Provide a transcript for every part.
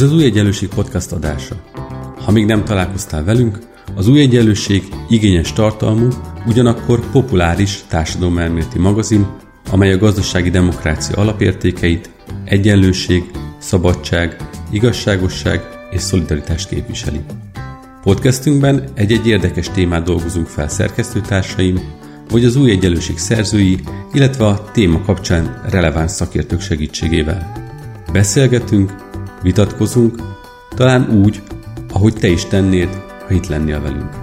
Ez az Új Egyenlőség podcast adása. Ha még nem találkoztál velünk, az Új Egyenlőség igényes tartalmú, ugyanakkor populáris társadalomelméleti magazin, amely a gazdasági demokrácia alapértékeit, egyenlőség, szabadság, igazságosság és szolidaritást képviseli. Podcastünkben egy-egy érdekes témát dolgozunk fel szerkesztőtársaim, vagy az Új Egyenlőség szerzői, illetve a téma kapcsán releváns szakértők segítségével. Beszélgetünk, vitatkozunk, talán úgy, ahogy te is tennéd, ha itt lennél velünk.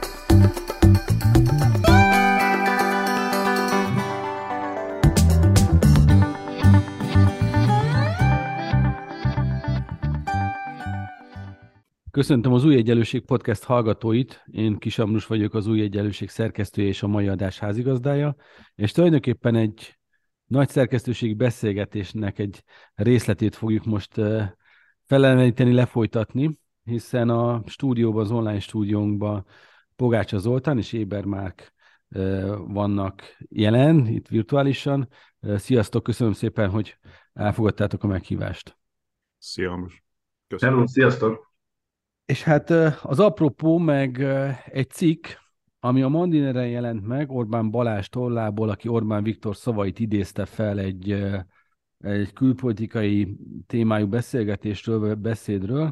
Köszöntöm az Új Egyenlőség podcast hallgatóit, én Kis Ambrus vagyok, az Új Egyenlőség szerkesztője és a mai adás házigazdája, és tulajdonképpen egy nagy szerkesztőségi beszélgetésnek egy részletét fogjuk most felemelíteni, lefolytatni, hiszen a stúdióban, az online stúdiónkban Pogácsa Zoltán és Éber Márk vannak jelen, itt virtuálisan. Sziasztok, köszönöm szépen, hogy elfogadtátok a meghívást. Szia, Ambrus. Köszönöm. Hello, sziasztok! És hát az apropó meg egy cikk, ami a Mandineren jelent meg, Orbán Balázs tollából, aki Orbán Viktor szavait idézte fel egy külpolitikai témájú beszélgetésről, beszédről.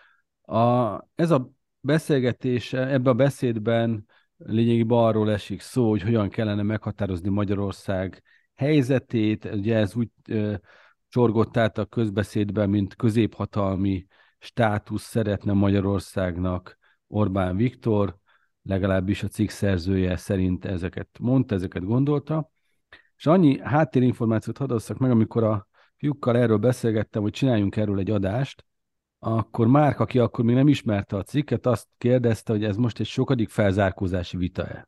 Ez a beszélgetés, ebben a beszédben lényegében arról esik szó, hogy hogyan kellene meghatározni Magyarország helyzetét. Ugye ez úgy csorgott át a közbeszédben, mint középhatalmi státusz szeretne Magyarországnak Orbán Viktor, legalábbis a cikk szerzője szerint ezeket mondta, ezeket gondolta. És annyi háttérinformációt hadd osszak meg, amikor a fiúkkal erről beszélgettem, hogy csináljunk erről egy adást, akkor Márk, aki akkor még nem ismerte a cikket, azt kérdezte, hogy ez most egy sokadik felzárkózási vita-e.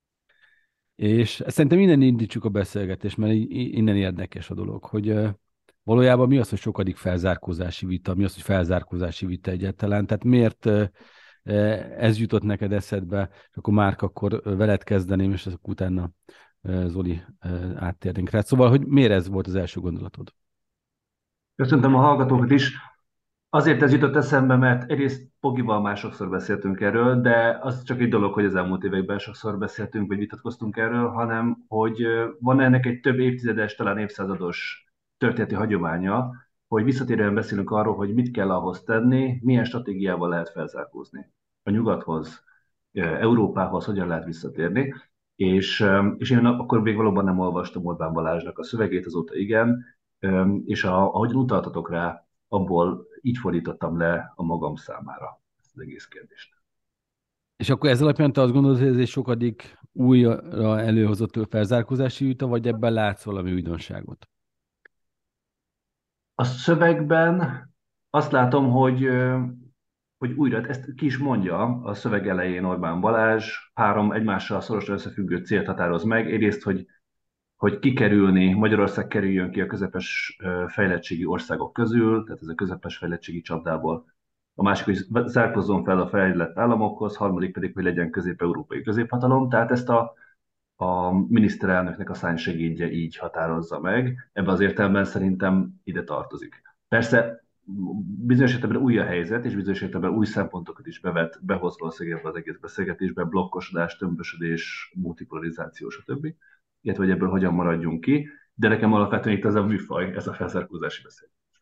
És szerintem innen indítsuk a beszélgetést, mert innen érdekes a dolog, hogy valójában mi az, hogy sokadik felzárkózási vita, mi az, hogy felzárkózási vita egyáltalán, tehát miért ez jutott neked eszedbe, és akkor Márk, akkor veled kezdeném, és azok utána Zoli áttérnénk rá. Szóval, hogy miért ez volt az első gondolatod? Köszöntöm a hallgatókat is. Azért ez jutott eszembe, mert egyrészt Pogival már sokszor beszéltünk erről, de az csak egy dolog, hogy az elmúlt években sokszor beszéltünk, vagy vitatkoztunk erről, hanem hogy van ennek egy több évtizedes, talán évszázados történeti hagyománya, hogy visszatérően beszélünk arról, hogy mit kell ahhoz tenni, milyen stratégiával lehet felzárkózni a nyugathoz, Európához, hogyan lehet visszatérni. És én akkor még valóban nem olvastam Orbán Balázsnak a szövegét, azóta igen, és ahogyan utaltatok rá, abból így fordítottam le a magam számára ezt az egész kérdést. És akkor ez alapján te azt gondolod, hogy ez egy sokadik újra előhozott felzárkózási vita, vagy ebben látsz valami újdonságot? A szövegben azt látom, hogy újra, ezt ki is mondja a szöveg elején Orbán Balázs, 3 egymással szorosan összefüggő célt határoz meg. Egyrészt, hogy kikerülni, Magyarország kerüljön ki a közepes fejlettségi országok közül, tehát ez a közepes fejlettségi csapdából. A másik, hogy zárkozzon fel a fejlett államokhoz, harmadik pedig, hogy legyen közép-európai középhatalom. Tehát ezt a miniszterelnöknek a szárnysegédje így határozza meg. Ebben az értelemben szerintem ide tartozik. Persze bizonyos értelemben új a helyzet, és bizonyos értelemben új szempontokat is behoz valószínűleg az egész beszélgetésben, blokkosodás, tömbösödés, multipolarizáció, stb. Illetve, hogy ebből hogyan maradjunk ki, de nekem alapvetően itt ez a műfaj, ez a felzárkózási beszélgetés.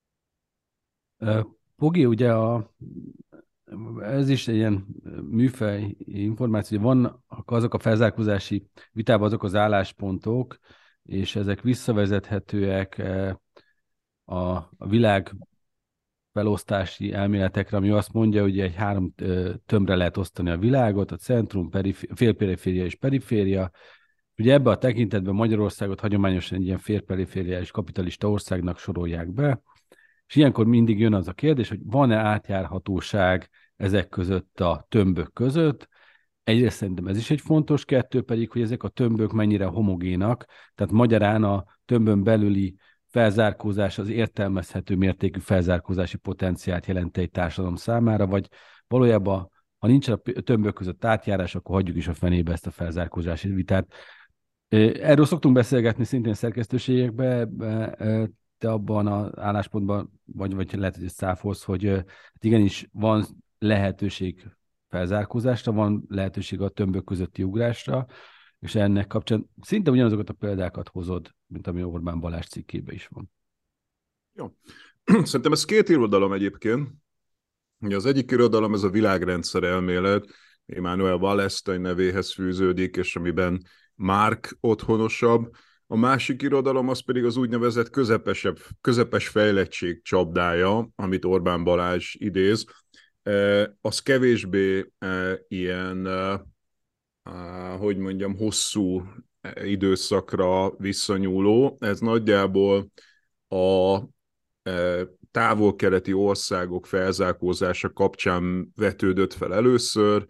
Pogi, ugye ez is egy ilyen műfaj információ, hogy vannak azok a felzárkózási vitában azok az álláspontok, és ezek visszavezethetőek a világ felosztási elméletekre, ami azt mondja, hogy egy 3 tömbre lehet osztani a világot, a centrum, félperiféria és periféria. Ugye ebbe a tekintetben Magyarországot hagyományosan egy ilyen félperifériális kapitalista országnak sorolják be, és ilyenkor mindig jön az a kérdés, hogy van-e átjárhatóság ezek között a tömbök között. Egyrészt szerintem ez is egy fontos, 2 pedig, hogy ezek a tömbök mennyire homogénak, tehát magyarán a tömbön belüli felzárkózás az értelmezhető mértékű felzárkózási potenciált jelent egy társadalom számára, vagy valójában, ha nincs a tömbök között átjárás, akkor hagyjuk is a fenébe ezt a felzárkózási vitát. Erről szoktunk beszélgetni szintén szerkesztőségekben, te abban az álláspontban, vagy lehet, hogy ezt cáfolsz, hogy hát igenis van lehetőség felzárkózásra, van lehetőség a tömbök közötti ugrásra, és ennek kapcsán szinte ugyanazokat a példákat hozod, mint ami Orbán Balázs cikkében is van. Jó. Szerintem ez két irodalom egyébként. Ugye az egyik irodalom, ez a világrendszer elmélet, Immanuel Wallerstein nevéhez fűződik, és amiben Marx otthonosabb. A másik irodalom az pedig az úgynevezett közepes fejlettség csapdája, amit Orbán Balázs idéz. Az kevésbé ilyen, hogy mondjam, hosszú időszakra visszanyúló. Ez nagyjából a távol-keleti országok felzárkózása kapcsán vetődött fel először.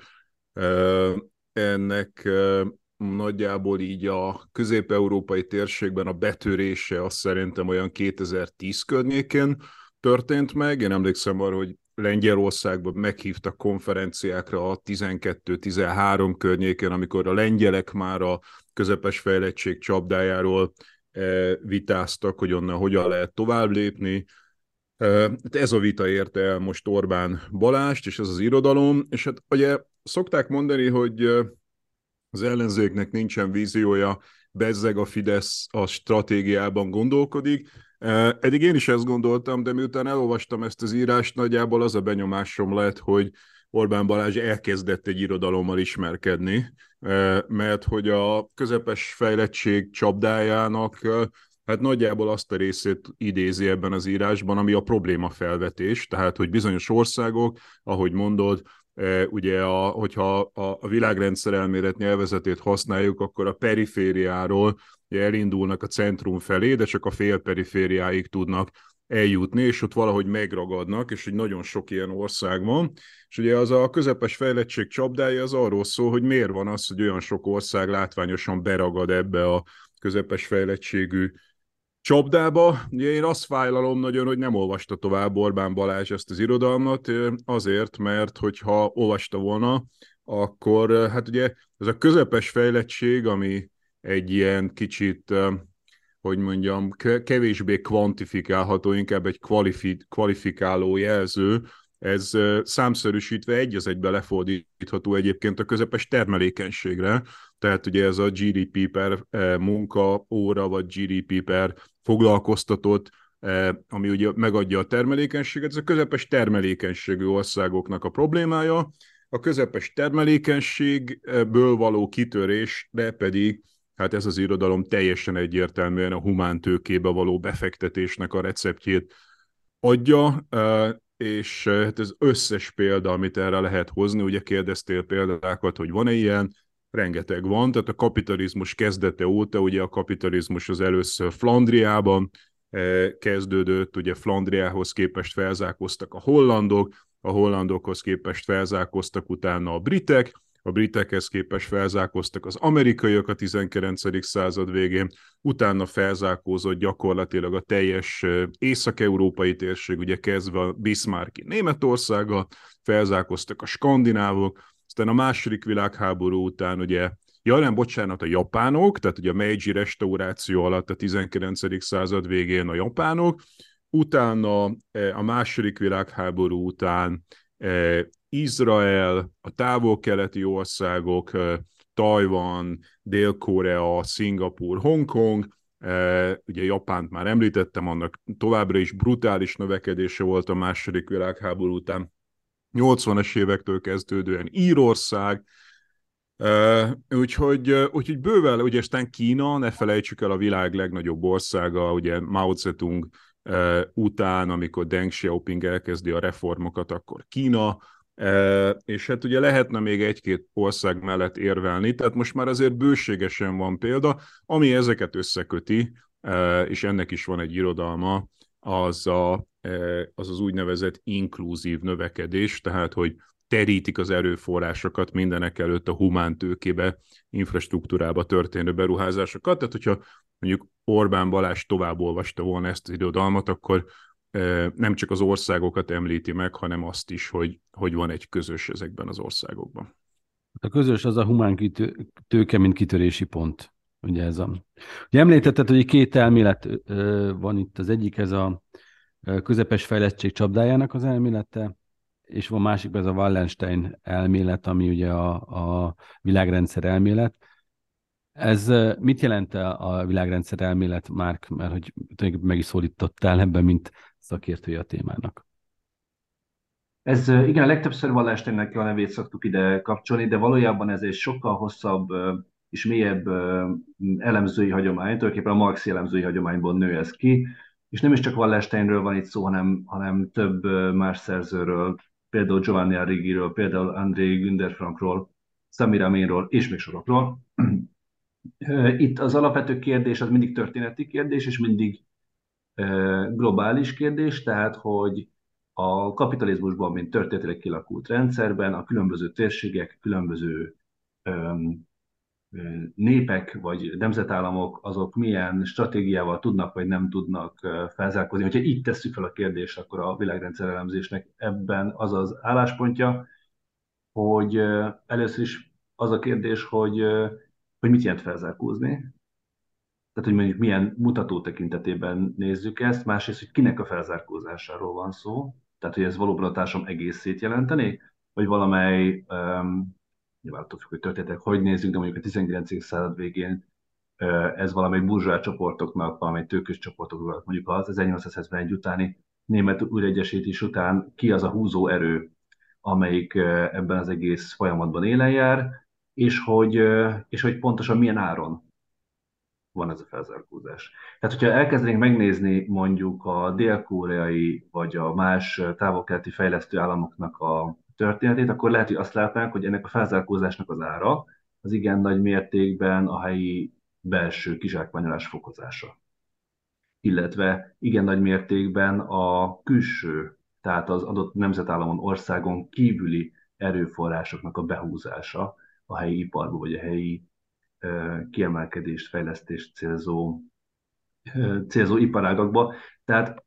Ennek nagyjából így a közép-európai térségben a betörése azt szerintem olyan 2010 környékén történt meg. Én emlékszem arra, hogy Lengyelországban meghívtak konferenciákra a 12-13 környékén, amikor a lengyelek már a közepes fejlettség csapdájáról vitáztak, hogy onnan hogyan lehet tovább lépni. Ez a vita érte el most Orbán Balást, és ez az irodalom, és hát ugye szokták mondani, hogy az ellenzéknek nincsen víziója, bezzeg a Fidesz a stratégiában gondolkodik. Eddig én is ezt gondoltam, de miután elolvastam ezt az írást, nagyjából az a benyomásom lett, hogy Orbán Balázs elkezdett egy irodalommal ismerkedni, mert hogy a közepes fejlettség csapdájának hát nagyjából azt a részét idézi ebben az írásban, ami a problémafelvetés, tehát hogy bizonyos országok, ahogy mondod, ugye, hogyha a világrendszer elmélet nyelvezetét használjuk, akkor a perifériáról elindulnak a centrum felé, de csak a félperifériáig tudnak eljutni, és ott valahogy megragadnak, és hogy nagyon sok ilyen ország van. És ugye az a közepes fejlettség csapdája az arról szól, hogy miért van az, hogy olyan sok ország látványosan beragad ebbe a közepes fejlettségű csapdába. Ugye én azt fájlalom nagyon, hogy nem olvasta tovább Orbán Balázs ezt az irodalmat, azért, mert hogyha olvasta volna, akkor hát ugye ez a közepes fejlettség, ami egy ilyen kicsit, hogy mondjam, kevésbé kvantifikálható, inkább egy kvalifikáló jelző, ez számszerűsítve egy az egybe lefordítható egyébként a közepes termelékenységre, tehát ugye ez a GDP per munkaóra, vagy GDP per foglalkoztatott, ami ugye megadja a termelékenységet, ez a közepes termelékenységű országoknak a problémája. A közepes termelékenységből való kitörésre pedig, hát ez az irodalom teljesen egyértelműen a humántőkébe való befektetésnek a receptjét adja, és hát ez összes példa, amit erre lehet hozni, ugye kérdeztél példákat, hogy van-e ilyen, rengeteg van, tehát a kapitalizmus kezdete óta, ugye a kapitalizmus az először Flandriában kezdődött, ugye Flandriához képest felzárkóztak a hollandokhoz képest felzárkóztak utána a britekhez képest felzárkóztak az amerikaiak a 19. század végén, utána felzárkózott gyakorlatilag a teljes észak-európai térség, ugye kezdve a Bismarcki Németországgal, felzárkóztak a skandinávok, aztán a második világháború után ugye, a japánok, tehát ugye a Meiji restauráció alatt a 19. század végén a japánok, utána a második világháború után Izrael, a távol-keleti országok, Tajvan, Dél-Korea, Szingapúr, Hongkong, ugye Japánt már említettem, annak továbbra is brutális növekedése volt a második világháború után, 80-as évektől kezdődően Írország, úgyhogy bőven, ugye aztán Kína, ne felejtsük el, a világ legnagyobb országa, ugye Mao Zedong után, amikor Deng Xiaoping elkezdi a reformokat, akkor Kína, és hát ugye lehetne még egy-két ország mellett érvelni, tehát most már azért bőségesen van példa, ami ezeket összeköti, és ennek is van egy irodalma, az úgynevezett inkluzív növekedés, tehát hogy terítik az erőforrásokat mindenek előtt a humántőkébe, infrastruktúrába történő beruházásokat, tehát hogyha mondjuk Orbán Balázs tovább olvasta volna ezt az irodalmat, akkor nem csak az országokat említi meg, hanem azt is, hogy van egy közös ezekben az országokban. A közös az a humántőke, mint kitörési pont. Ugye ugye említetted, hogy két elmélet van itt. Az egyik ez a közepes fejlettség csapdájának az elmélete, és van másik, ez a Wallenstein elmélet, ami ugye a világrendszer elmélet. Ez mit jelent a világrendszer elmélet, Márk? Mert hogy tulajdonképpen meg is szólítottál ebben, mint szakértője a témának. Ez igen, a legtöbbször Wallensteinnek a nevét szoktuk ide kapcsolni, de valójában ez egy sokkal hosszabb és mélyebb elemzői hagyomány, tulajdonképpen a marxi elemzői hagyományból nő ez ki, és nem is csak Wallensteinről van itt szó, hanem több más szerzőről, például Giovanni Arrighiről, például André Günther Frankról, Samir Aminról és még sorokról. Itt az alapvető kérdés az mindig történeti kérdés, és mindig globális kérdés, tehát hogy a kapitalizmusban, mint történetileg kialakult rendszerben a különböző térségek, különböző öm, népek vagy nemzetállamok, azok milyen stratégiával tudnak vagy nem tudnak felzárkózni. Hogyha így tesszük fel a kérdést, akkor a világrendszer elemzésnek ebben az az álláspontja, hogy először is az a kérdés, hogy mit jelent felzárkózni, tehát hogy mondjuk milyen mutató tekintetében nézzük ezt, másrészt, hogy kinek a felzárkózásáról van szó, tehát hogy ez valóban a társadalom egészét jelenteni, vagy valamely, nyilván attól függ, hogy történetek, hogy nézzük, de mondjuk a 19. század végén ez valamely burzsóá csoportoknak, valamely tőkös csoportoknak, mondjuk az 1871 utáni német újraegyesítés után ki az a húzó erő, amelyik ebben az egész folyamatban élen jár, és hogy pontosan milyen áron van ez a felzárkózás. Tehát, hogyha elkezdenénk megnézni mondjuk a dél-koreai vagy a más távol-keleti fejlesztő államoknak a történetét, akkor lehet, hogy azt látnánk, hogy ennek a felzárkózásnak az ára az igen nagy mértékben a helyi belső kizsákmányolás fokozása, illetve igen nagy mértékben a külső, tehát az adott nemzetállamon, országon kívüli erőforrásoknak a behúzása a helyi iparba, vagy a helyi kiemelkedést, fejlesztést célzó iparágakba. Tehát,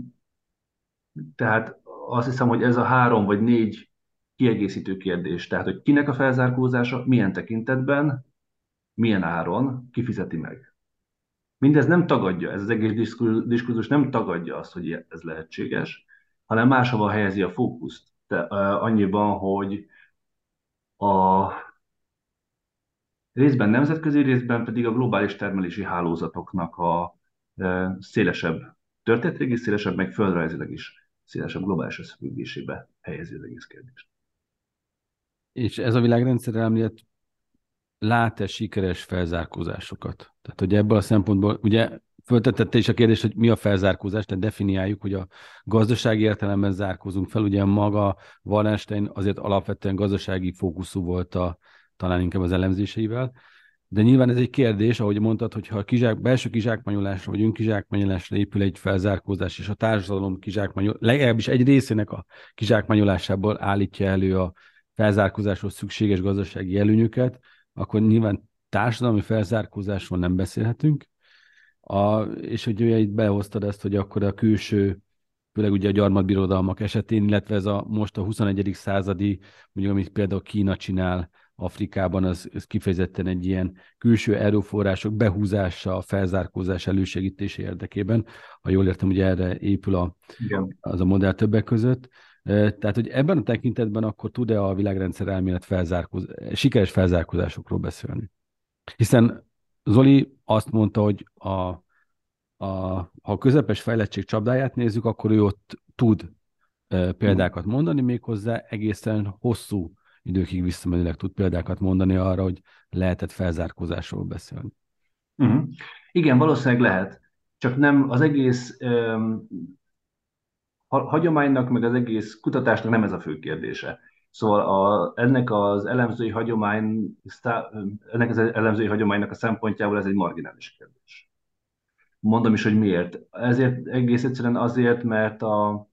tehát azt hiszem, hogy ez a 3 vagy 4 kiegészítő kérdés. Tehát, hogy kinek a felzárkózása, milyen tekintetben, milyen áron, kifizeti meg. Mindez nem tagadja, ez az egész diskurzus nem tagadja azt, hogy ez lehetséges, hanem máshova helyezi a fókuszt. Annyiban, hogy a részben nemzetközi, részben pedig a globális termelési hálózatoknak a szélesebb, történetileg is szélesebb, meg földrajzilag is szélesebb globális összefüggésébe helyezi az egész kérdést. És ez a világrendszer elmélet lát-e sikeres felzárkózásokat? Tehát, hogy ebből a szempontból, ugye föltetette is a kérdést, hogy mi a felzárkózás, tehát definiáljuk, hogy a gazdasági értelemben zárkózunk fel. Ugye maga Wallenstein azért alapvetően gazdasági fókuszú volt talán inkább az elemzéseivel, de nyilván ez egy kérdés, ahogy mondtad, hogyha a belső kizsákmányolásra vagy önkizsákmányolásra épül egy felzárkózás, és a társadalom legalábbis egy részének a kizsákmányolásából állítja elő a felzárkózáshoz szükséges gazdasági előnyöket, akkor nyilván társadalmi felzárkózásról nem beszélhetünk, és hogy ugye itt behoztad ezt, hogy akkor a külső, főleg ugye a gyarmatbirodalmak esetén, illetve ez most a 21. századi, mondjuk amit például Kína csinál Afrikában, az kifejezetten egy ilyen külső erőforrások behúzása, a felzárkózás elősegítése érdekében. Ha jól értem, ugye erre épül az a modell többek között. Tehát, hogy ebben a tekintetben akkor tud-e a világrendszer elmélet sikeres felzárkózásokról beszélni? Hiszen Zoli azt mondta, hogy ha a közepes fejlettség csapdáját nézzük, akkor ő ott tud példákat mondani, méghozzá egészen hosszú időkig visszamenőleg tud példákat mondani arra, hogy lehetett felzárkózásról beszélni. Uh-huh. Igen, valószínűleg lehet. Csak nem az egész hagyománynak, meg az egész kutatásnak nem ez a fő kérdése. Szóval ennek az elemzői hagyománynak a szempontjából ez egy marginális kérdés. Mondom is, hogy miért. Ezért egész egyszerűen azért, mert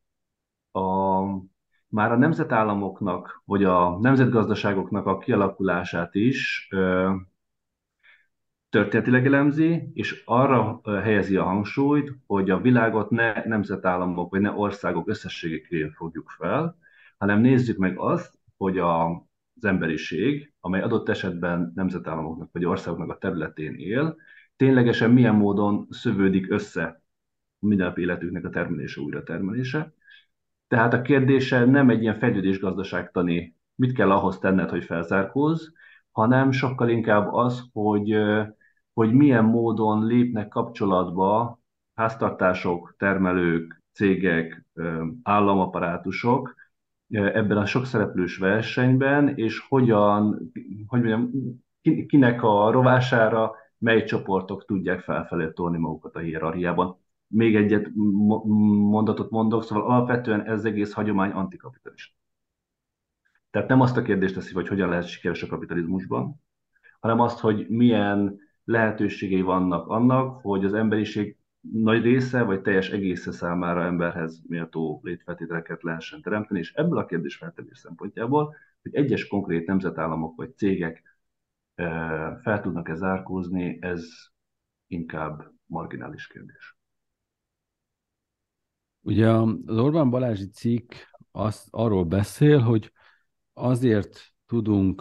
már a nemzetállamoknak, vagy a nemzetgazdaságoknak a kialakulását is történetileg elemzi, és arra helyezi a hangsúlyt, hogy a világot ne nemzetállamok, vagy ne országok összességeként fogjuk fel, hanem nézzük meg azt, hogy az emberiség, amely adott esetben nemzetállamoknak vagy országoknak a területén él, ténylegesen milyen módon szövődik össze a mindennapi életüknek a termelése, újratermelése. Tehát a kérdése nem egy ilyen fejlődésgazdaságtani, mit kell ahhoz tenned, hogy felzárkózz, hanem sokkal inkább az, hogy milyen módon lépnek kapcsolatba háztartások, termelők, cégek, államaparátusok ebben a sokszereplős versenyben, és hogyan, hogy mondjam, kinek a rovására mely csoportok tudják felfelé tolni magukat a hierarchiában. Még egyet mondatot mondok, szóval alapvetően ez egész hagyomány antikapitalista. Tehát nem azt a kérdést teszi, hogy hogyan lehet sikeres a kapitalizmusban, hanem azt, hogy milyen lehetőségei vannak annak, hogy az emberiség nagy része, vagy teljes egésze számára emberhez méltó létfeltételeket lehessen teremteni, és ebből a kérdésfeltevés szempontjából, hogy egyes konkrét nemzetállamok vagy cégek fel tudnak-e zárkózni, ez inkább marginális kérdés. Ugye az Orbán Balázsi cikk arról beszél, hogy azért tudunk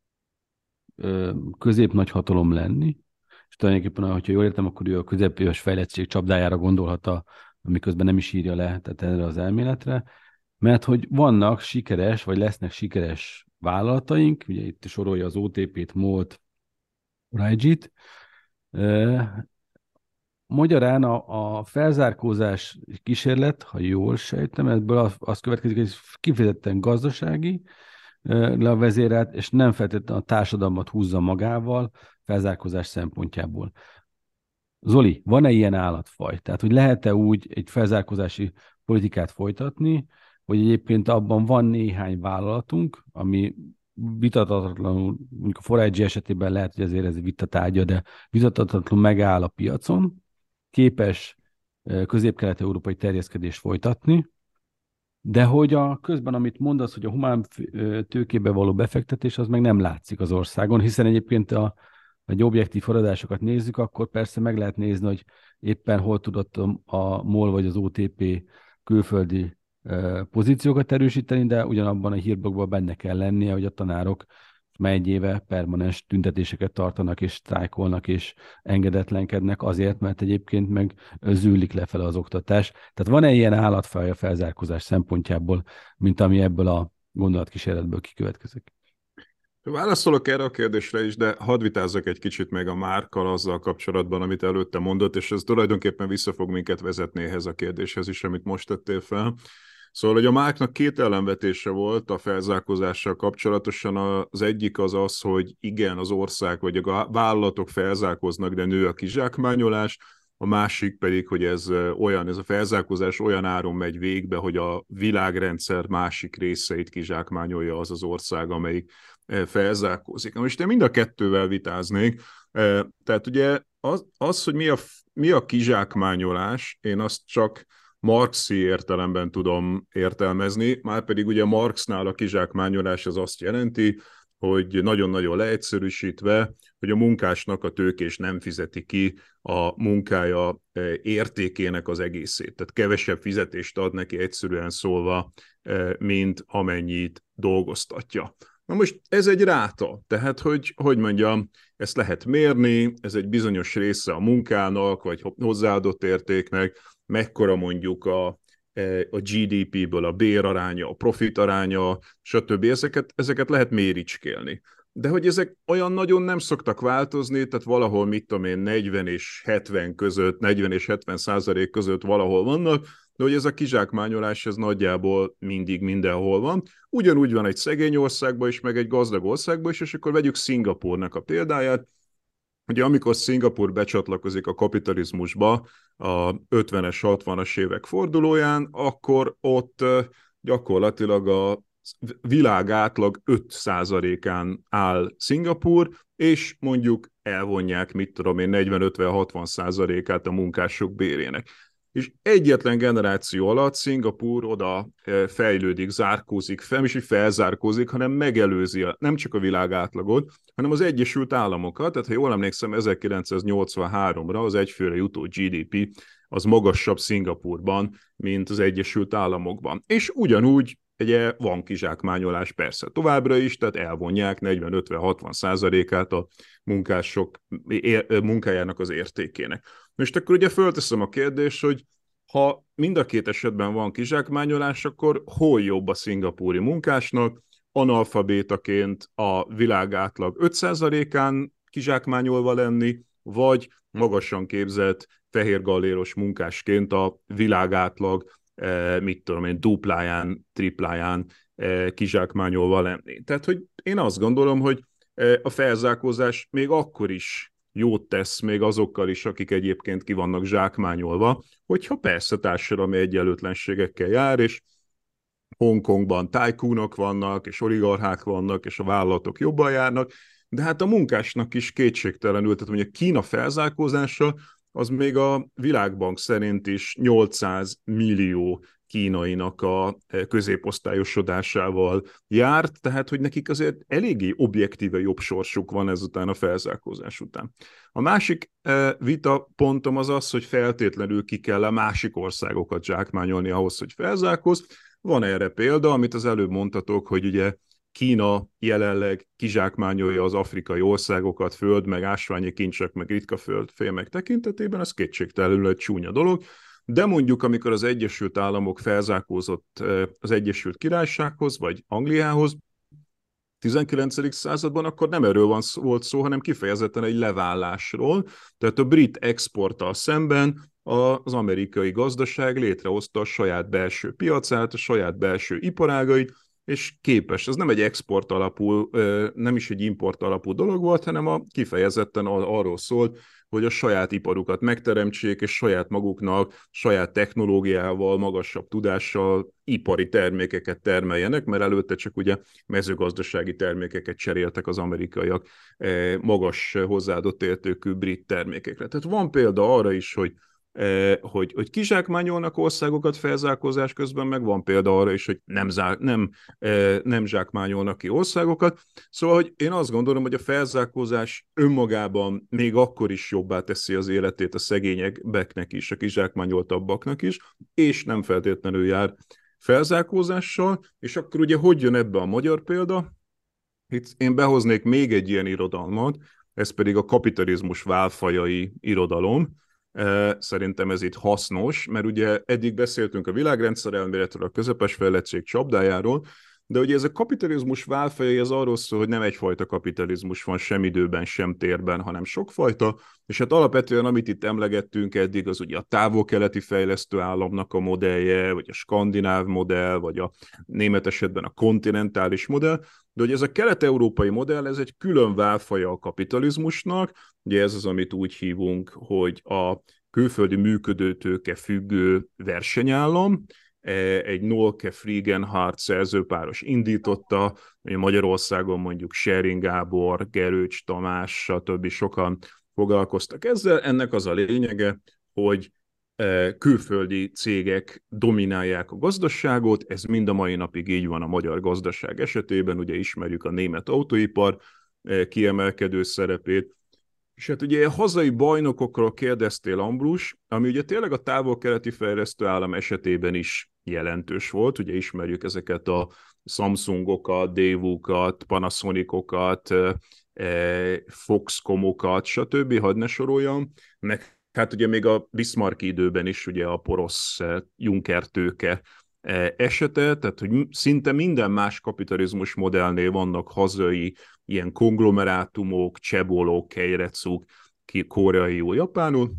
középnagy hatalom lenni, és tulajdonképpen, hogyha jól értem, akkor ő a középéves fejlettség csapdájára gondolhat, amiközben nem is írja le, tehát erre az elméletre, mert hogy vannak sikeres, vagy lesznek sikeres vállalataink, ugye itt sorolja az OTP-t, MOL-t, Rajit. Magyarán a felzárkózás kísérlet, ha jól sejtem, ebből az következik, hogy kifejezetten gazdasági, levezérelt, és nem feltétlenül a társadalmat húzza magával felzárkózás szempontjából. Zoli, van-e ilyen állatfaj? Tehát, hogy lehet-e úgy egy felzárkózási politikát folytatni, hogy egyébként abban van néhány vállalatunk, ami vitathatatlanul, mondjuk a Forage esetében lehet, hogy azért ez vitatárgya, de vitathatatlanul megáll a piacon, képes közép-kelet-európai terjeszkedést folytatni, de hogy közben, amit mondasz, hogy a humán tőkébe való befektetés, az meg nem látszik az országon, hiszen egyébként egy objektív forradásokat nézzük, akkor persze meg lehet nézni, hogy éppen hol tudott a MOL vagy az OTP külföldi pozíciókat erősíteni, de ugyanabban a hírblokkban benne kell lennie, hogy a tanárok már egy éve permanens tüntetéseket tartanak, és sztrájkolnak, és engedetlenkednek azért, mert egyébként meg zűlik lefele az oktatás. Tehát van-e ilyen állatfaj a felzárkózás szempontjából, mint ami ebből a gondolatkísérletből kikövetkezik? Válaszolok erre a kérdésre is, de hadd vitázzak egy kicsit meg a Márkkal azzal kapcsolatban, amit előtte mondott, és ez tulajdonképpen vissza fog minket vezetni ehhez a kérdéshez is, amit most tettél fel. Szóval, hogy a Márknak két ellenvetése volt a felzárkózással kapcsolatosan. Az egyik az, hogy igen, az ország vagy a vállalatok felzárkóznak, de nő a kizsákmányolás. A másik pedig, hogy ez a felzárkózás olyan áron megy végbe, hogy a világrendszer másik részeit kizsákmányolja az az ország, amelyik felzárkózik. Na most én mind a kettővel vitáznék. Tehát ugye hogy mi a kizsákmányolás, én azt csak marxi értelemben tudom értelmezni, márpedig ugye Marxnál a kizsákmányolás az azt jelenti, hogy nagyon-nagyon leegyszerűsítve, hogy a munkásnak a tőkés nem fizeti ki a munkája értékének az egészét. Tehát kevesebb fizetést ad neki egyszerűen szólva, mint amennyit dolgoztatja. Na most ez egy ráta, tehát hogy mondjam, ezt lehet mérni, ez egy bizonyos része a munkának, vagy hozzáadott értéknek, mekkora mondjuk a GDP-ből a béraránya, a profitaránya, stb. Ezeket lehet méricskélni. De hogy ezek olyan nagyon nem szoktak változni, tehát valahol, 40 és 70 között, 40 és 70% között valahol vannak, de hogy ez a kizsákmányolás, ez nagyjából mindig mindenhol van. Ugyanúgy van egy szegény országban is, meg egy gazdag országban is, és akkor vegyük Szingapúrnak a példáját. Ugye amikor Szingapúr becsatlakozik a kapitalizmusba a 50-es, 60-as évek fordulóján, akkor ott gyakorlatilag a világ átlag 5%-án áll Szingapúr, és mondjuk elvonják, 40-50-60%-át a munkások bérének. És egyetlen generáció alatt Szingapúr oda fejlődik, zárkózik fel, és felzárkózik, hanem megelőzi nem csak a világ átlagot, hanem az Egyesült Államokat. Tehát ha jól emlékszem, 1983-ra az egyfőre jutó GDP az magasabb Szingapúrban, mint az Egyesült Államokban. És ugyanúgy ugye van kizsákmányolás persze továbbra is, tehát elvonják 40-50-60%-át a munkások munkájának az értékének. Most akkor ugye fölteszem a kérdést, hogy ha mind a két esetben van kizsákmányolás, akkor hol jobb a szingapúri munkásnak, analfabétaként a világ átlag 5%-án kizsákmányolva lenni, vagy magasan képzett fehérgalléros munkásként a világ átlag, mit tudom én, dupláján, tripláján kizsákmányolva lenni. Tehát, hogy én azt gondolom, hogy a felzárkózás még akkor is jót tesz még azokkal is, akik egyébként ki vannak zsákmányolva, hogyha persze társadalmi egyenlőtlenségekkel jár, és Hongkongban tájkúnok vannak, és oligarchák vannak, és a vállalatok jobban járnak, de hát a munkásnak is kétségtelenül, tehát mondjuk Kína felzárkózása, az még a Világbank szerint is 800 millió kínainak a középosztályosodásával járt, tehát hogy nekik azért eléggé objektíve jobb sorsuk van ezután a felzárkózás után. A másik vita pontom az az, hogy feltétlenül ki kell a másik országokat zsákmányolni ahhoz, hogy felzárkóz. Van erre példa, amit az előbb mondtatok, hogy ugye Kína jelenleg kizsákmányolja az afrikai országokat föld, meg ásványi kincsek, meg ritka földfémek tekintetében, ez kétségtelenül egy csúnya dolog, de mondjuk amikor az Egyesült Államok felzárkózott az Egyesült Királysághoz, vagy Angliához, 19. században, akkor nem erről volt szó, hanem kifejezetten egy levállásról. Tehát a brit exporttal szemben az amerikai gazdaság létrehozta a saját belső piacát, a saját belső iparágait, és képes. Ez nem egy export alapú, nem is egy import alapú dolog volt, hanem kifejezetten arról szólt, hogy a saját iparukat megteremtsék, és saját maguknak, saját technológiával, magasabb tudással ipari termékeket termeljenek, mert előtte csak ugye mezőgazdasági termékeket cseréltek az amerikaiak magas hozzáadott értékű brit termékekre. Tehát van példa arra is, hogy kizsákmányolnak országokat felzárkózás közben, meg van példa arra is, hogy nem zsákmányolnak ki országokat. Szóval, hogy én azt gondolom, hogy a felzárkózás önmagában még akkor is jobbá teszi az életét a szegényeknek is, a kizsákmányoltabbaknak is, és nem feltétlenül jár felzárkózással, és akkor ugye hogy jön ebbe a magyar példa? Itt én behoznék még egy ilyen irodalmat, ez pedig a kapitalizmus válfajai irodalom. Szerintem ez itt hasznos, mert ugye eddig beszéltünk a világrendszer elméletről, a közepes fejlettség csapdájáról, de ugye ez a kapitalizmus válfajai, ez arról szól, hogy nem egyfajta kapitalizmus van sem időben, sem térben, hanem sokfajta, és hát alapvetően, amit itt emlegettünk eddig, az ugye a távol-keleti fejlesztő államnak a modellje, vagy a skandináv modell, vagy a német esetben a kontinentális modell, de hogy ez a kelet-európai modell, ez egy külön válfaja a kapitalizmusnak, ugye ez az, amit úgy hívunk, hogy a külföldi működőtőke függő versenyállam, egy Nolke-Friegenhardt szerzőpáros indította, Magyarországon mondjuk Schering Gábor, Gerőcs Tamás, stb. Sokan foglalkoztak ezzel. Ennek az a lényege, hogy külföldi cégek dominálják a gazdaságot, ez mind a mai napig így van a magyar gazdaság esetében, ugye ismerjük a német autóipar kiemelkedő szerepét, és hát ugye a hazai bajnokokról kérdeztél, Ambrus, ami ugye tényleg a távol-keleti fejlesztő állam esetében is jelentős volt, ugye ismerjük ezeket a Samsungokat, Daewoo-kat, Panasonicokat, Foxcomokat, stb., hadd ne soroljam, meg hát ugye még a Bismarck időben is ugye a porosz Juncker tőke esete, tehát hogy szinte minden más kapitalizmus modellnél vannak hazai ilyen konglomerátumok, csebolók, keirecuk, koreaiul, japánul.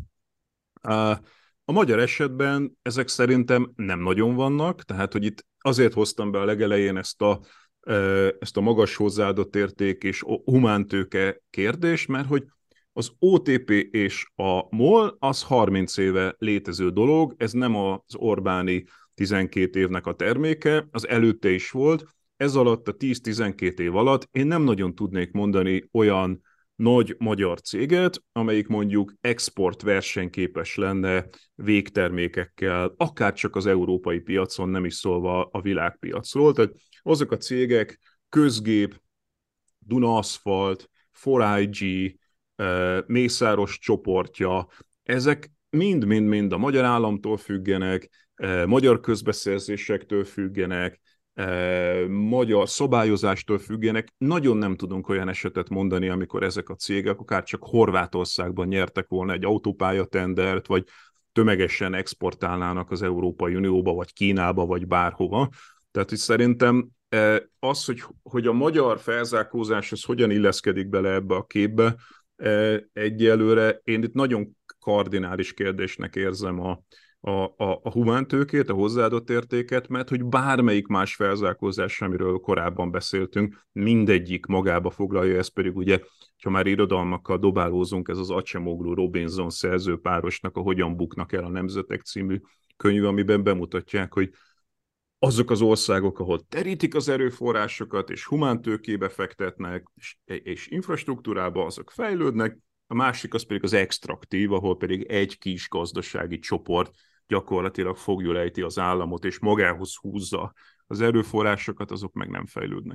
A magyar esetben ezek szerintem nem nagyon vannak, tehát hogy itt azért hoztam be a legelején ezt a magas hozzáadott érték és humántőke kérdést, mert hogy az OTP és a MOL az 30 éve létező dolog, ez nem az Orbáni 12 évnek a terméke, az előtte is volt. Ez alatt a 10-12 év alatt én nem nagyon tudnék mondani olyan nagy magyar céget, amelyik mondjuk export versenyképes lenne végtermékekkel, akár csak az európai piacon, nem is szólva a világpiacról. Tehát azok a cégek, Közgép, Duna Aszfalt, 4IG, Mészáros csoportja, ezek mind-mind-mind a magyar államtól függenek, magyar közbeszerzésektől függenek, magyar szabályozástól függenek. Nagyon nem tudunk olyan esetet mondani, amikor ezek a cégek akár csak Horvátországban nyertek volna egy autópályatendert, vagy tömegesen exportálnának az Európai Unióba, vagy Kínába, vagy bárhova. Tehát hogy szerintem az, hogy a magyar felzárkózás az hogyan illeszkedik bele ebbe a képbe, egyelőre én itt nagyon kardinális kérdésnek érzem a humántőkét, a hozzáadott értéket, mert hogy bármelyik más felzárkózás, amiről korábban beszéltünk, mindegyik magába foglalja, ez pedig ugye, ha már irodalmakkal dobálózunk, ez az Acemoglu Robinson szerzőpárosnak a Hogyan buknak el a nemzetek című könyv, amiben bemutatják, hogy azok az országok, ahol terítik az erőforrásokat, és humántőkébe fektetnek, és infrastruktúrába, azok fejlődnek, a másik az pedig az extraktív, ahol pedig egy kis gazdasági csoport gyakorlatilag fogjul ejti az államot, és magához húzza az erőforrásokat, azok meg nem fejlődnek.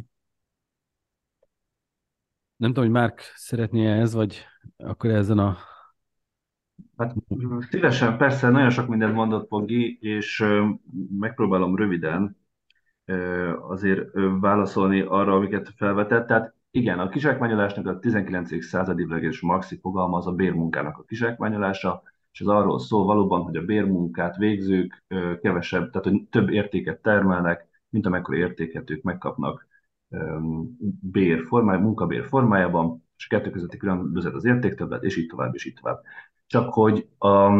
Nem tudom, hogy Márk szeretné ez, vagy akkor ezen a... Hát szívesen, persze, nagyon sok mindent mondott Pogi, és megpróbálom röviden azért válaszolni arra, amiket felvetett. Tehát igen, a kizsákmányolásnak a 19. századi leges maxi fogalma az a bérmunkának a kizsákmányolása, és ez arról szól valóban, hogy a bérmunkát végzők kevesebb, tehát hogy több értéket termelnek, mint amekkora értéket ők megkapnak munkabér formájában, és a kettő közötti különbözet az értéktöbblet, és így tovább, és így tovább. Csak hogy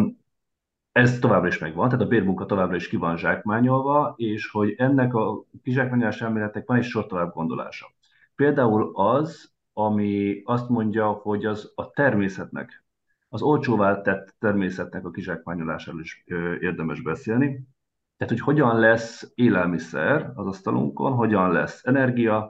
ez továbbra is megvan, tehát a bérmunka továbbra is ki van zsákmányolva, és hogy ennek a kizsákmányolás elméletnek van egy sor tovább gondolása. Például az, ami azt mondja, hogy az a természetnek, az olcsóvá tett természetnek a kizsákmányolásáról is érdemes beszélni. Tehát, hogy hogyan lesz élelmiszer az asztalunkon, hogyan lesz energia,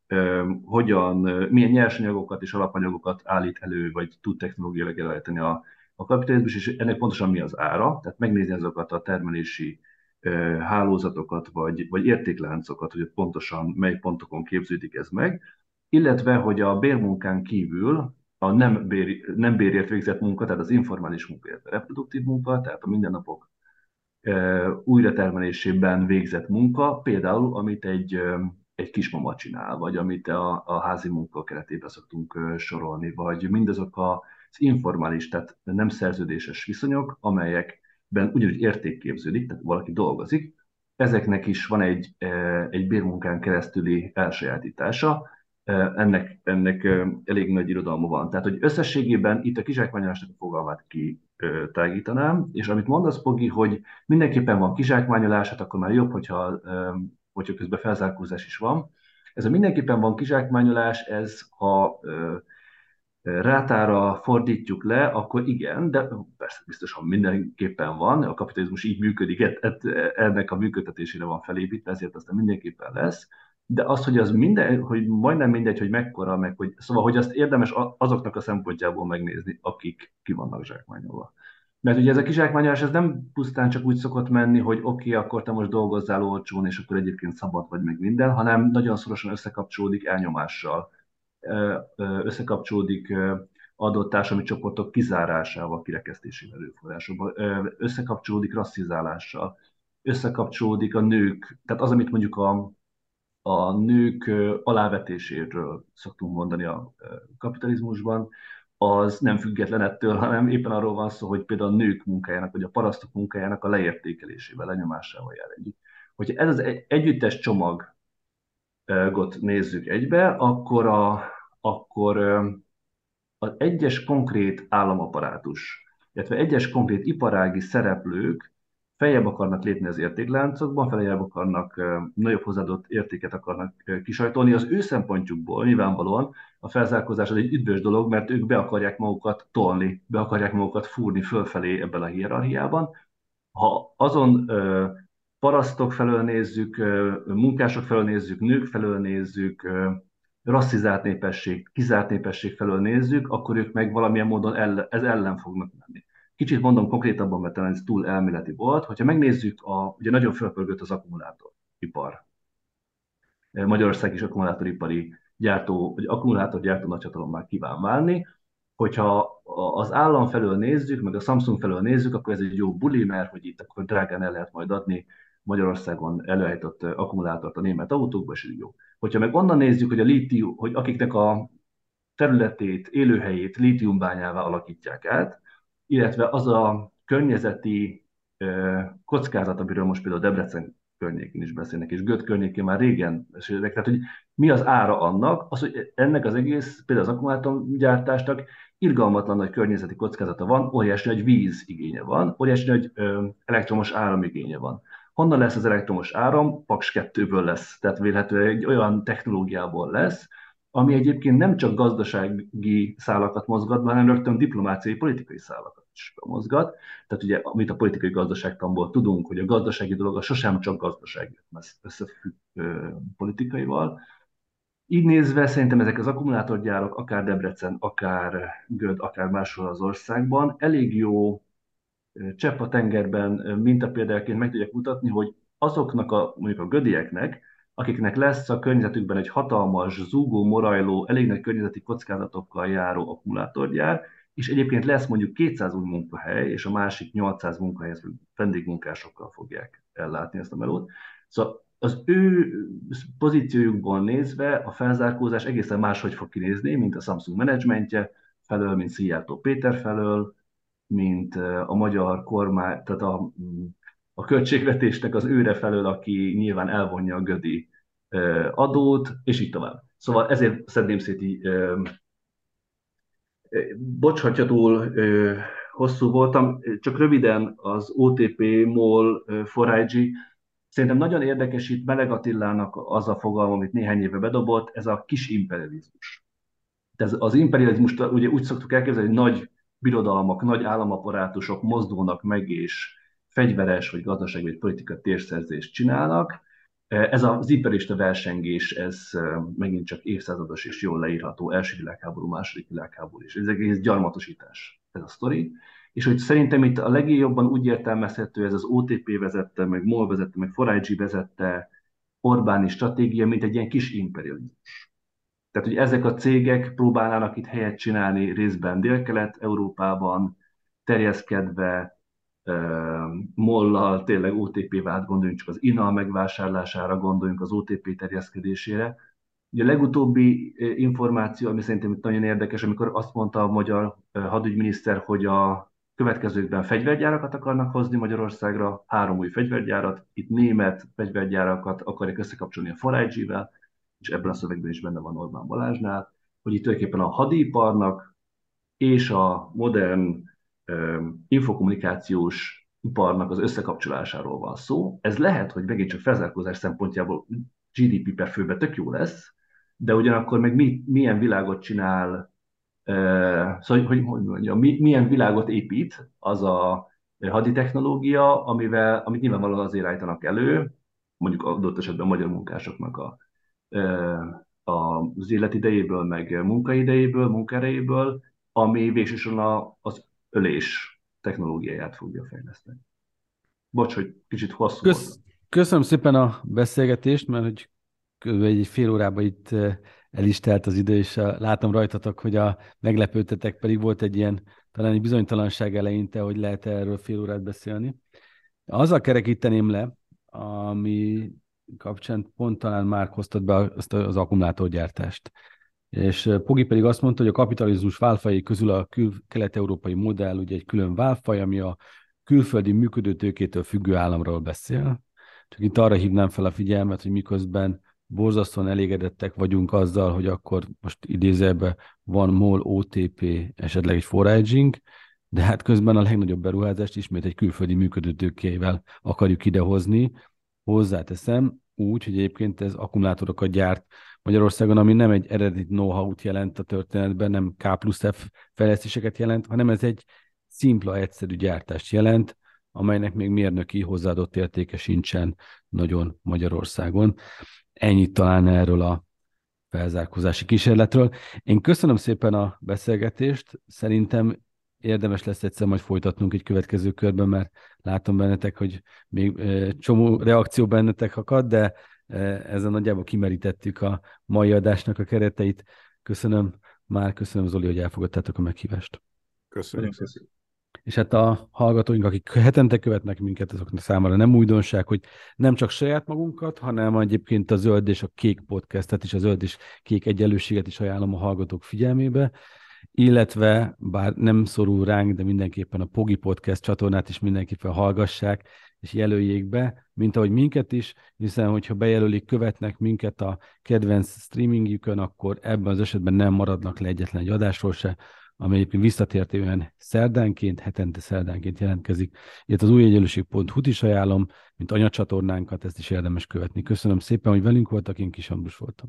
milyen nyersanyagokat és alapanyagokat állít elő, vagy tud technológiailag előállítani a kapitalizmus, és ennek pontosan mi az ára, tehát megnézni azokat a termelési hálózatokat, vagy értékláncokat, hogy pontosan mely pontokon képződik ez meg, illetve, hogy a bérmunkán kívül a nem bérért végzett munka, tehát az informális munka, illetve a reproduktív munka, tehát a mindennapok újratermelésében végzett munka, például amit egy kismama csinál, vagy amit a házi munka keretében szoktunk sorolni, vagy mindazok az informális, tehát nem szerződéses viszonyok, amelyekben ugyanúgy érték képződik, tehát valaki dolgozik, ezeknek is van egy bérmunkán keresztüli elsajátítása, ennek elég nagy irodalma van. Tehát, hogy összességében itt a kizsákmányolásnak a fogalmát kitágítanám, és amit mondasz, Pogi, hogy mindenképpen van kizsákmányolás, hát akkor már jobb, hogyha közben felzárkózás is van. Ez a mindenképpen van kizsákmányolás, ez ha rátára fordítjuk le, akkor igen, de persze biztosan mindenképpen van, a kapitalizmus így működik, ennek a működtetésére van felépítve, ezért aztán mindenképpen lesz, de az, hogy hogy majdnem mindegy, hogy mekkora, szóval, hogy azt érdemes azoknak a szempontjából megnézni, akik ki vannak zsákmányolva. Mert ugye ez a kizsákmányolás, ez nem pusztán csak úgy szokott menni, hogy oké, akkor te most dolgozzál olcsón, és akkor egyébként szabad vagy meg minden, hanem nagyon szorosan összekapcsolódik elnyomással, összekapcsolódik adott társadalmi csoportok kizárásával, kirekesztésével erőforrásokból, összekapcsolódik rasszizálással, összekapcsolódik a nők, tehát az, amit mondjuk a nők alávetéséről szoktunk mondani a kapitalizmusban, az nem független ettől, hanem éppen arról van szó, hogy például a nők munkájának, vagy a parasztok munkájának a leértékelésével, lenyomásával jár együtt. Hogyha ez az együttes csomagot nézzük egybe, akkor az egyes konkrét államaparátus, illetve egyes konkrét iparági szereplők feljebb akarnak lépni az értékláncokban, feljebb akarnak, nagyobb hozzáadott értéket akarnak kisajtolni. Az ő szempontjukból nyilvánvalóan a felzárkózás az egy üdvös dolog, mert ők be akarják magukat tolni, be akarják magukat fúrni fölfelé ebben a hierarchiában. Ha azon parasztok felől nézzük, munkások felől nézzük, nők felől nézzük, rasszizált népesség, kizárt népesség felől nézzük, akkor ők meg valamilyen módon ez ellen fognak menni. Kicsit mondom konkrétabban, mert talán ez túl elméleti volt, hogyha megnézzük, ugye nagyon fölpörgött az akkumulátoripar. Magyarország is akkumulátoripari gyártó, vagy akkumulátorgyártó nagyhatalommá kíván válni. Hogyha az állam felől nézzük, meg a Samsung felől nézzük, akkor ez egy jó buli, mert hogy itt akkor drágán el lehet majd adni Magyarországon előállított akkumulátort a német autókba, és így jó. Hogyha meg onnan nézzük, hogy a lítium, hogy akiknek a területét, élőhelyét lítiumbányává alakítják át, illetve az a környezeti kockázat, amiről most például Debrecen környékén is beszélnek, és Göt környékén már régen beszélnek, tehát hogy mi az ára annak, az, hogy ennek az egész, például az akkumulátorgyártásnak irgalmatlan nagy környezeti kockázata van, óriási nagy vízigénye van, óriási nagy elektromos áramigénye van. Honnan lesz az elektromos áram? Paks 2-ből lesz, tehát vélhetően egy olyan technológiából lesz, ami egyébként nem csak gazdasági szálakat mozgat, hanem rögtön diplomáciai, politikai szálakat is mozgat. Tehát ugye, amit a politikai gazdaságtanból tudunk, hogy a gazdasági dolog az sosem csak gazdasági, összefügg politikaival. Így nézve szerintem ezek az akkumulátorgyárak, akár Debrecen, akár Göd, akár máshol az országban elég jó csepp a tengerben mintapéldáként meg tudják mutatni, hogy azoknak mondjuk a gödieknek, akiknek lesz a környezetükben egy hatalmas, zúgó, morajló, elég nagy környezeti kockázatokkal járó akkumulátorgyár, és egyébként lesz mondjuk 200 új munkahely, és a másik 800 munkahely vendégmunkásokkal fogják ellátni ezt a melót. Szóval az ő pozíciójukból nézve a felzárkózás egészen máshogy fog kinézni, mint a Samsung menedzsmentje felől, mint Szijjártó Péter felől, mint a magyar kormány, tehát a költségvetésnek az őre felől, aki nyilván elvonja a gödi adót, és így tovább. Szóval ezért szedném szét így, bocs, hogyha túl hosszú voltam, csak röviden az OTP, MOL, 4IG, szerintem nagyon érdekes itt Meleg Attilának az a fogalom, amit néhány éve bedobott, ez a kis imperializmus. Az imperializmust ugye úgy szoktuk elképzelni, hogy nagy birodalmak, nagy államaparátusok mozdulnak meg, és fegyveres, vagy gazdasági, vagy politikai térszerzést csinálnak. Ez az imperialista versengés, ez megint csak évszázados és jól leírható, első világháború, második világháború, és ez egész gyarmatosítás, ez a sztori. És hogy szerintem itt a legjobban úgy értelmezhető ez az OTP vezette, meg MOL vezette, meg 4IG vezette Orbáni stratégia, mint egy ilyen kis imperializmus. Tehát, hogy ezek a cégek próbálnának itt helyet csinálni részben Dél-Kelet-Európában, terjeszkedve, mollal, tényleg OTP-vel, hát gondoljunk csak az INA megvásárlására, gondoljunk az OTP terjeszkedésére. Ugye a legutóbbi információ, ami szerintem itt nagyon érdekes, amikor azt mondta a magyar hadügyminiszter, hogy a következőkben fegyvergyárakat akarnak hozni Magyarországra, 3 új fegyvergyárat, itt német fegyvergyárakat akarják összekapcsolni a 4IG-vel, és ebben a szövegben is benne van Orbán Balázsnál, hogy itt tulajdonképpen a hadiparnak és a modern infokommunikációs iparnak az összekapcsolásáról van szó. Ez lehet, hogy megint csak felzárkózás szempontjából GDP per főbe tök jó lesz, de ugyanakkor meg milyen világot csinál, szóval, hogy mondjam, milyen világot épít az a haditechnológia, amit nyilvánvalóan azért állítanak elő, mondjuk adott esetben a magyar munkásoknak az életidejéből, meg munkaidejéből, munkaerejéből, ami végsősorban az ölés technológiáját fogja fejleszteni. Bocs, hogy kicsit hosszú volt. Köszönöm szépen a beszélgetést, mert hogy kb. Egy fél órában itt el is telt az idő, és látom rajtatok, hogy meglepődtetek, pedig volt egy ilyen talán egy bizonytalanság eleinte, hogy lehet erről fél órát beszélni. Azzal kerekíteném le, ami kapcsán pont talán már hoztad be azt az akkumulátorgyártást. És Pogi pedig azt mondta, hogy a kapitalizmus válfajai közül a kelet-európai modell ugye egy külön válfaj, ami a külföldi működőtőkétől függő államról beszél. Csak itt arra hívnám fel a figyelmet, hogy miközben borzasztóan elégedettek vagyunk azzal, hogy akkor most idézőjelben van MOL, OTP, esetleg egy 4IG-ink, de hát közben a legnagyobb beruházást ismét egy külföldi működőtőkével akarjuk idehozni. Hozzáteszem úgy, hogy egyébként ez akkumulátorokat gyárt Magyarországon, ami nem egy eredeti know-how-t jelent a történetben, nem K+F fejlesztéseket jelent, hanem ez egy szimpla, egyszerű gyártást jelent, amelynek még mérnöki hozzáadott értéke sincsen nagyon Magyarországon. Ennyit talán erről a felzárkózási kísérletről. Én köszönöm szépen a beszélgetést, szerintem érdemes lesz egyszer majd folytatnunk egy következő körben, mert látom bennetek, hogy még csomó reakció bennetek akad, de ezzel nagyjából kimerítettük a mai adásnak a kereteit. Köszönöm Zoli, hogy elfogadtátok a meghívást. Köszönjük. És hát a hallgatóink, akik hetente követnek minket, azoknak számára nem újdonság, hogy nem csak saját magunkat, hanem egyébként a Zöld és a Kék podcastet is, a Zöld és Kék egyenlőséget is ajánlom a hallgatók figyelmébe, illetve, bár nem szorul ránk, de mindenképpen a Pogi Podcast csatornát is mindenképpen hallgassák, és jelöljék be, mint ahogy minket is, hiszen hogyha bejelölik, követnek minket a kedvenc streamingjükön, akkor ebben az esetben nem maradnak le egyetlen egy adásról se, ami egyébként visszatértően szerdánként, hetente szerdánként jelentkezik. Ilyet az újegyenlőség.hu-t is ajánlom, mint anyacsatornánkat, ezt is érdemes követni. Köszönöm szépen, hogy velünk voltak, én Kis Ambrus voltam.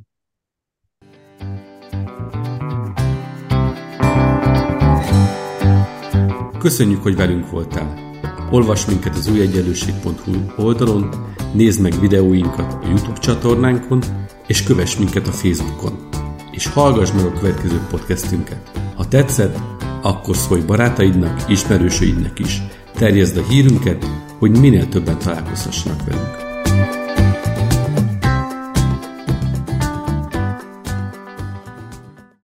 Köszönjük, hogy velünk voltál! Olvasd minket az újegyenlőség.hu oldalon, nézd meg videóinkat a YouTube csatornánkon, és kövess minket a Facebookon. És hallgass meg a következő podcastünket. Ha tetszett, akkor szólj barátaidnak, ismerősöidnek is. Terjeszd a hírünket, hogy minél többen találkozhassanak velünk.